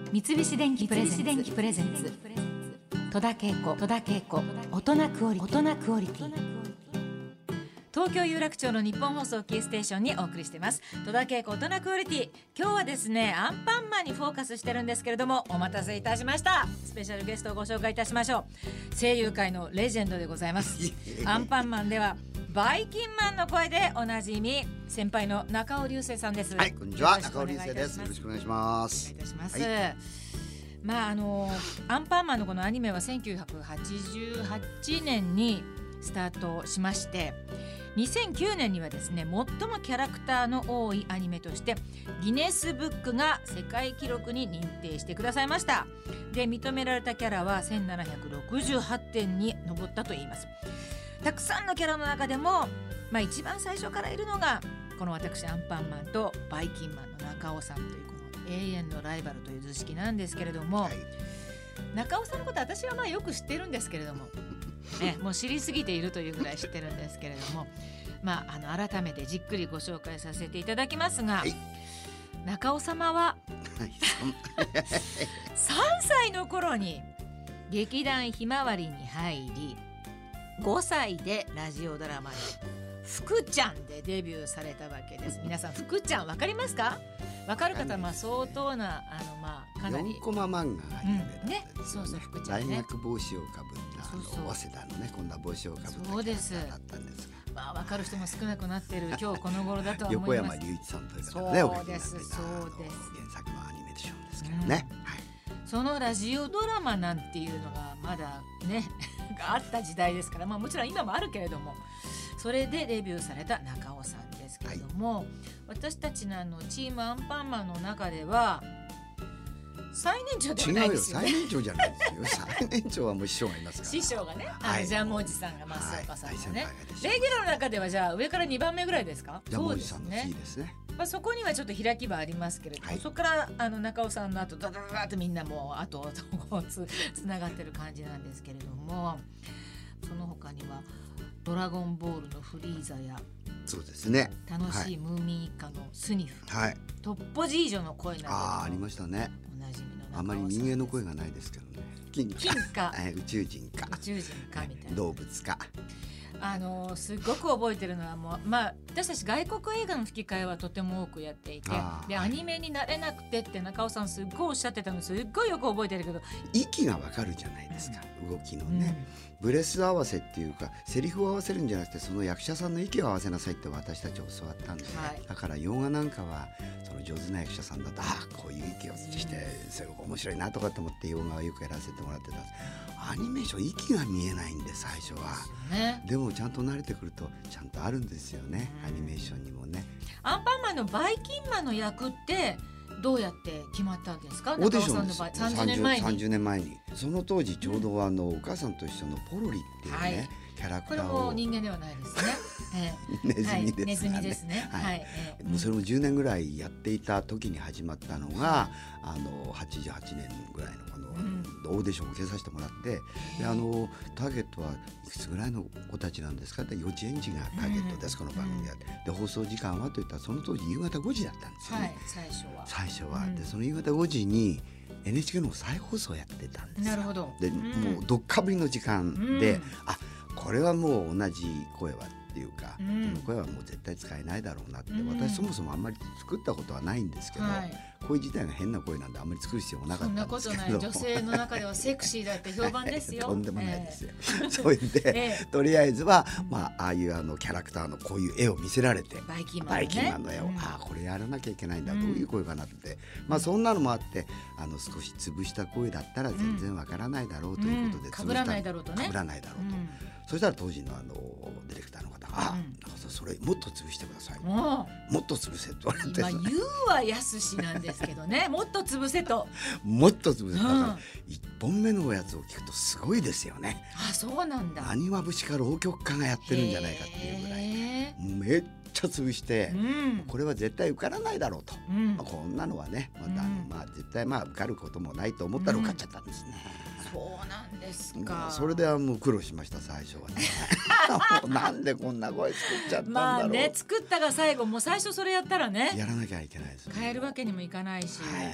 三菱電機プレゼンツ戸田恵子大人クオリティ。東京有楽町の日本放送キーステーションにお送りしています戸田恵子大人クオリティ。今日はですねアンパンマンにフォーカスしてるんですけれども、お待たせいたしました。スペシャルゲストをご紹介いたしましょう。声優界のレジェンドでございますアンパンマンではバイキンマンの声でおなじみ先輩の中尾隆聖さんです。 はい、こんにちは、中尾隆聖です。よろしくお願いします。 お願いいたします、はい。アンパンマンのこのアニメは1988年にスタートしまして、2009年にはですね最もキャラクターの多いアニメとしてギネスブックが世界記録に認定してくださいました。で、認められたキャラは1768点に上ったといいます。たくさんのキャラの中でも、一番最初からいるのがこの私アンパンマンとバイキンマンの中尾さんというこの永遠のライバルという図式なんですけれども、はい、中尾さんのことは私はよく知ってるんですけれどももう知りすぎているというぐらい知ってるんですけれども改めてじっくりご紹介させていただきますが、はい、中尾様は、3歳の頃に劇団ひまわりに入り、5歳でラジオドラマで福ちゃんでデビューされたわけです。皆さん福ちゃんわかりますか？わかる方は相当なかなり 4コマ漫画が有名だったんですよね。 そう福ちゃんね。 大学帽子をかぶった早稲田のね、こんな帽子をかぶったキャラクターだったんですが、 わかる人も少なくなっている今日この頃だとは思います。 横山隆一さんという方ね、 そうです原作のアニメーションですけどね、はい、 そのラジオドラマなんていうのがまだねがあった時代ですから、もちろん今もあるけれども、それでデビューされた中尾さんですけれども、はい、私たちのチームアンパンマンの中では最年長ではないですよね。 違うよ、最年長じゃないですよ最年長はもう師匠がいますから。 師匠がね、ジャムおじさんが増岡さんのね、 レギュラーの中ではじゃあ上から2番目ぐらいですか？ ジャムおじさんの次ですね。 そこにはちょっと開きはありますけれども、そこから中尾さんの後ダダダダとみんなもう後をつながってる感じなんですけれども、その他にはドラゴンボールのフリーザや、 そうですね、 楽しいムーミン一家のスニフ、 はい、 トッポジージョの声などありまましたね。 おなじみの中尾さんです。 あまり人間の声がないですけどね。金か宇宙人かみたいな、 動物か。 すごく覚えてるのは私たち外国映画の吹き替えはとても多くやっていて、でアニメになれなくてって中尾さんすっごいおっしゃってたのすっごいよく覚えてるけど、 息がわかるじゃないですか、動きのね、ブレス合わせっていうかセリフを合わせるんじゃなくてその役者さんの息を合わせなさいって私たち教わったんでね、だから洋画なんかはその上手な役者さんだとこういう息をしてそれ面白いなとかと思って洋画はよくやらせてもらってたんです。アニメーション息が見えないんで最初は、でもちゃんと慣れてくるとちゃんとあるんですよね、アニメーションにもね。 アンパンマンのバイキンマンの役ってどうやって決まったんですか？ オーディションです。 30年前にその当時ちょうどお母さんと一緒のポロリっていうね、キャラクターを、 これも人間ではないですねネズミですね、 ネズミですね、 もうそれも10年ぐらいやっていた時に始まったのが88年ぐらいのオーディションを受けさせてもらって、でターゲットはいくつぐらいの子たちなんですかって、幼稚園児がターゲットです、この番組で。で放送時間はといったらその当時夕方5時だったんですよね、最初は、でその夕方5時に NHK の再放送やってたんですよ。 なるほど。 で、もうどっかぶりの時間で、これはもう同じ声はっていうか、この声はもう絶対使えないだろうなって、私そもそもあんまり作ったことはないんですけど、声自体が変な声なんであんまり作る必要もなかったんですけど、 そんなことない。女性の中ではセクシーだって評判ですよとんでもないですよ、そういってとりあえずは、ああいうキャラクターのこういう絵を見せられて、バイキンマンの絵を、これやらなきゃいけないんだ、どういう声かなって、そんなのもあって少し潰した声だったら全然わからないだろうということで、 被らないだろうとね、 そしたら当時のディレクターの方がそれもっと潰してください、もっと潰せって言われて、 今言うはやすしなんですけどねもっと潰せと、 もっと潰せ、だから1本目のやつを聞くとすごいですよね。 そうなんだ。 埴輪節か浪曲家がやってるんじゃないかっていうぐらいめっちゃ潰して、これは絶対受からないだろうと、こんなのはね絶対受かることもないと思ったら受かっちゃったんですね。 そうなんですか。 それではもう苦労しました、最初はねなんでこんな声作っちゃったんだろう、 作ったが最後、もう最初それやったらねやらなきゃいけないですね。 変えるわけにもいかないし、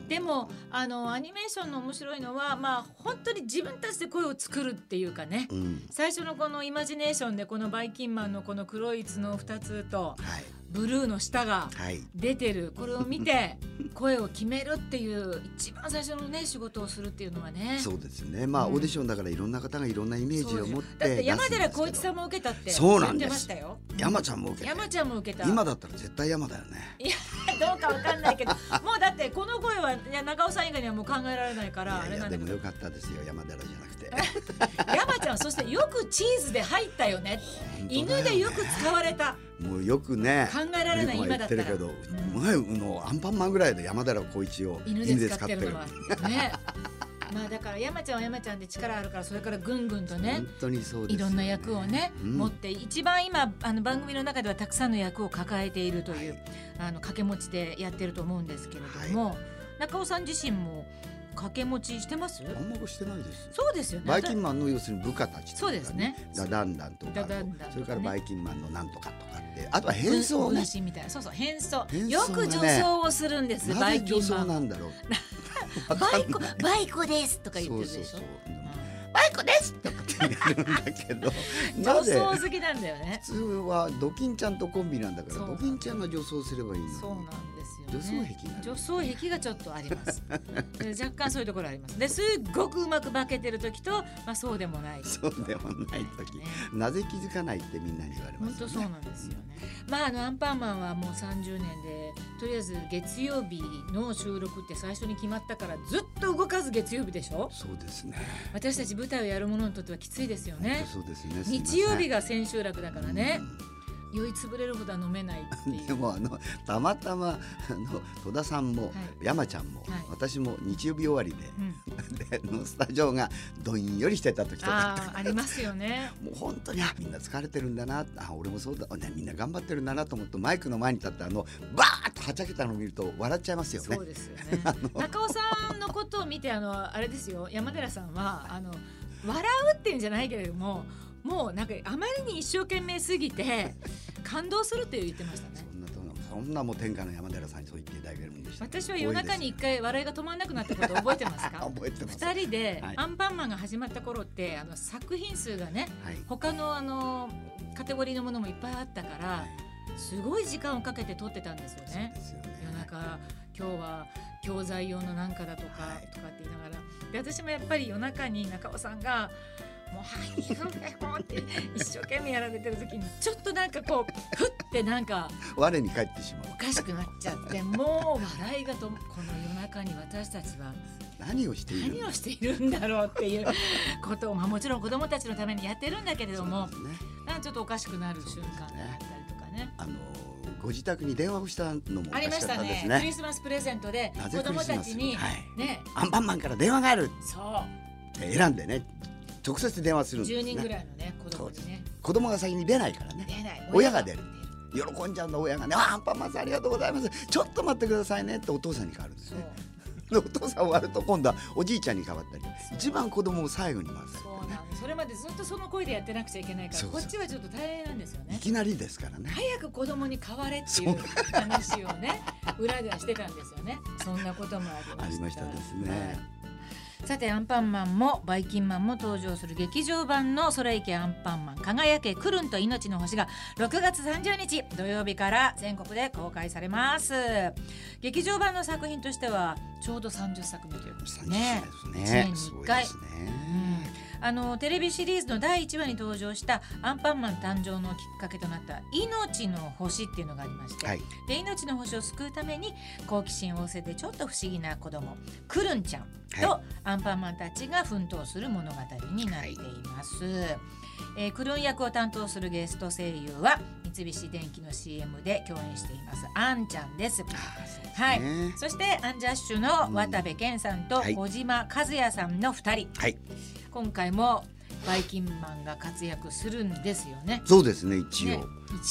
でもアニメーションの面白いのは、まあ本当に自分たちで声を作るっていうかね、最初のこのイマジネーションでこのバイキンマンのこの黒い角2つと、ブルーの舌が出てる、これを見て声を決めるっていう一番最初のね仕事をするっていうのはね。 そうですね。まあオーディションだからいろんな方がいろんなイメージを持ってだって山寺宏一さんも受けたって言ってましたよ。 山ちゃんも受けた。 山ちゃんも受けた。 今だったら絶対山だよね。 いやどうかわかんないけどもうだってこの声は長尾さん以外にはもう考えられないからあれなんだけど。 でもよかったですよ、山寺じゃなくて山ちゃんそしてよくチーズで入ったよね。犬でよく使われた。 もうよくね考えられない今だったら前のアンパンマンぐらいで山寺宏一を犬で使ってるのはね。まあだから山ちゃんは山ちゃんで力あるから、それからぐんぐんとね本当にそうです、ね、 いろんな役をね、持って一番今番組の中ではたくさんの役を抱えているという、掛け持ちでやってると思うんですけれども、中尾さん自身も掛け持ちしてます？ あんまりしてないです。 そうですよね。 バイキンマンの要するに部下たちとか、ね、 そうですね。 ダダンダンとか、それからバイキンマンのなんとかとかって、あとは変装ね。 みたいな。そうそう変装。よく女装をするんです。バイキンマン。 なぜ女装なんだろう。 バイコですとか言ってるでしょ。バイコですとかって言るんだけど女装好きなんだよね。 普通はドキンちゃんとコンビなんだから、ドキンちゃんが女装すればいいのに。 そうなんですよね。 女装癖がちょっとあります若干そういうところありますですっごくうまく化けてる時と、そうでもないそうでもない時、なぜ気づかないってみんなに言われます本当そうなんですよね。アンパンマンはもう30年でとりあえず月曜日の収録って最初に決まったからずっと動かず月曜日でしょ。 そうですね。 私たち舞台をやる者にとってはきついですよね。 そうですね。 日曜日が千秋楽だからね、酔いつぶれるほどは飲めないっていう。 でもたまたま戸田さんも、山ちゃんも、私も日曜日終わりで、でスタジオがどんよりしてた時とかありますよね。 もう本当にみんな疲れてるんだな、俺もそうだ、みんな頑張ってるんだなと思ってマイクの前に立ってバーッとはちゃけたのを見ると笑っちゃいますよね。 そうですよね。中尾さんのことを見てあれですよ、山寺さんは笑うっていうんじゃないけれども、もうなんかあまりに一生懸命すぎて感動するって言ってましたね。 そんなもう天下の山寺さんにそう言っていただけるんでした。 私は夜中に一回笑いが止まらなくなったこと覚えてますか？ 覚えてます。 2人でアンパンマンが始まった頃って作品数がね、他のカテゴリーのものもいっぱいあったから、すごい時間をかけて撮ってたんですよね。夜中今日は教材用のなんかだとか、とかって言いながら、で私もやっぱり夜中に中尾さんがもうはいって一生懸命やられてる時にちょっとなんかこうふってなんか我に返ってしまう、 おかしくなっちゃって、もう笑いがこの夜中に私たちは何をしているんだろうっていうことを、もちろん子どもたちのためにやってるんだけれども、なんかちょっとおかしくなる瞬間があったりとかね。 ご自宅に電話をしたのもありましたね。クリスマスプレゼントで子どもたちにね、 アンパンマンから電話がある、 そう選んでね、直接電話するんですね。 10人ぐらいのね子供にね、 子供が先に出ないからね、親が出る、喜んじゃうんだ親がね、アンパンマンさんありがとうございます、ちょっと待ってくださいねってお父さんに変わるんですね。お父さん終わると今度はおじいちゃんに変わったり、一番子供を最後に回す。 そうなんです。それまでずっとその声でやってなくちゃいけないから、こっちはちょっと大変なんですよね。 いきなりですからね。 早く子供に変われっていう話をね裏ではしてたんですよね。そんなこともありましたですね。 さてアンパンマンもバイキンマンも登場する劇場版の空行けアンパンマン輝けクルンと命の星が6月30日土曜日から全国で公開されます。劇場版の作品としてはちょうど30作目ということですね。1年に1回。テレビシリーズの第1話に登場したアンパンマン誕生のきっかけとなった命の星っていうのがありまして、で命の星を救うために好奇心旺盛でちょっと不思議な子供クルンちゃんとアンパンマンたちが奮闘する物語になっています。クルン役を担当するゲスト声優は三菱電機の CM で共演していますアンちゃんです。そしてアンジャッシュの渡部健さんと小島和也さんの2人、今回もバイキンマンが活躍するんですよね。 そうですね、一応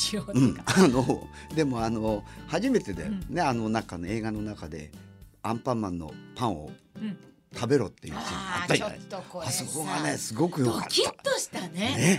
でも初めてでね、中の映画の中でアンパンマンのパンを食べろっていうシーンあったじゃないですか。あそこがねすごく良かった。 ドキッとしたね。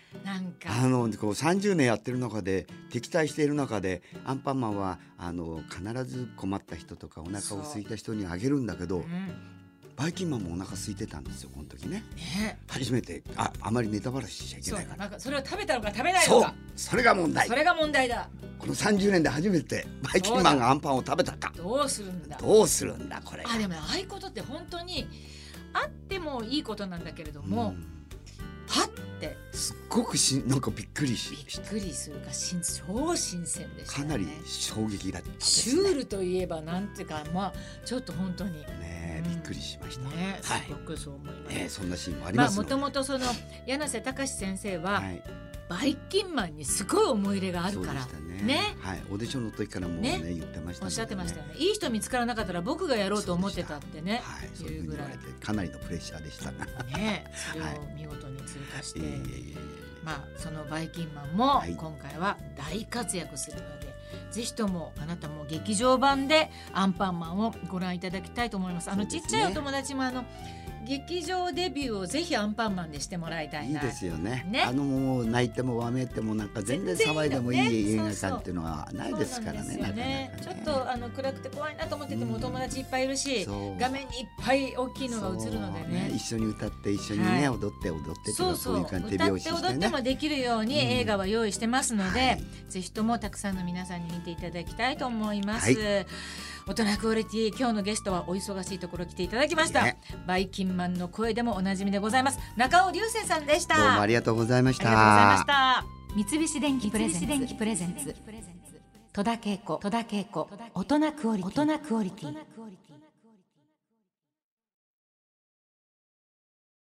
なんかこう30年やってる中で敵対している中でアンパンマンは必ず困った人とかお腹を空いた人にあげるんだけど、バイキンマンもお腹空いてたんですよこの時ね。初めてあまりネタバラシしちゃいけないから。 なんかそれを食べたのか食べないのか、 それが問題。 それが問題だ。 この30年で初めてバイキンマンがアンパンを食べたか。 どうするんだこれ。 でもね、ああいうことって本当にあってもいいことなんだけれども、パッてすっごくなんかびっくりするか超新鮮でしたね。 かなり衝撃だったですね。 シュールといえばなんていうか、ちょっと本当にねびっくりしましたね。すごくそう思います。 そんなシーンもありますので。 もともとその柳瀬隆先生は、バイキンマンにすごい思い入れがあるからね。 オーディションの時からもうね言ってましたね。 おっしゃってましたよね。いい人見つからなかったら僕がやろうと思ってたってね。 そういうふうに言われてかなりのプレッシャーでしたがね。それを見事に通過して、そのバイキンマンも今回は大活躍するので、ぜひともあなたも劇場版でアンパンマンをご覧いただきたいと思います。ちっちゃいお友達も劇場デビューをぜひアンパンマンでしてもらいたいな。 いいですよね。もう泣いてもわめいてもなんか全然騒いでもいい映画館っていうのはないですからね。 ちょっと暗くて怖いなと思っててもお友達いっぱいいるし、画面にいっぱい大きいのが映るのでね。 一緒に歌って一緒にね踊ってそういう感じで手拍子してね。 歌って踊ってもできるように映画は用意してますので、ぜひともたくさんの皆さんに見ていただきたいと思います。大人クオリティ、今日のゲストはお忙しいところ来ていただきました、バイキンマンの声でもおなじみでございます中尾隆聖さんでした。 どうもありがとうございました。 三菱電機プレゼンツ戸田恵子大人クオリティ。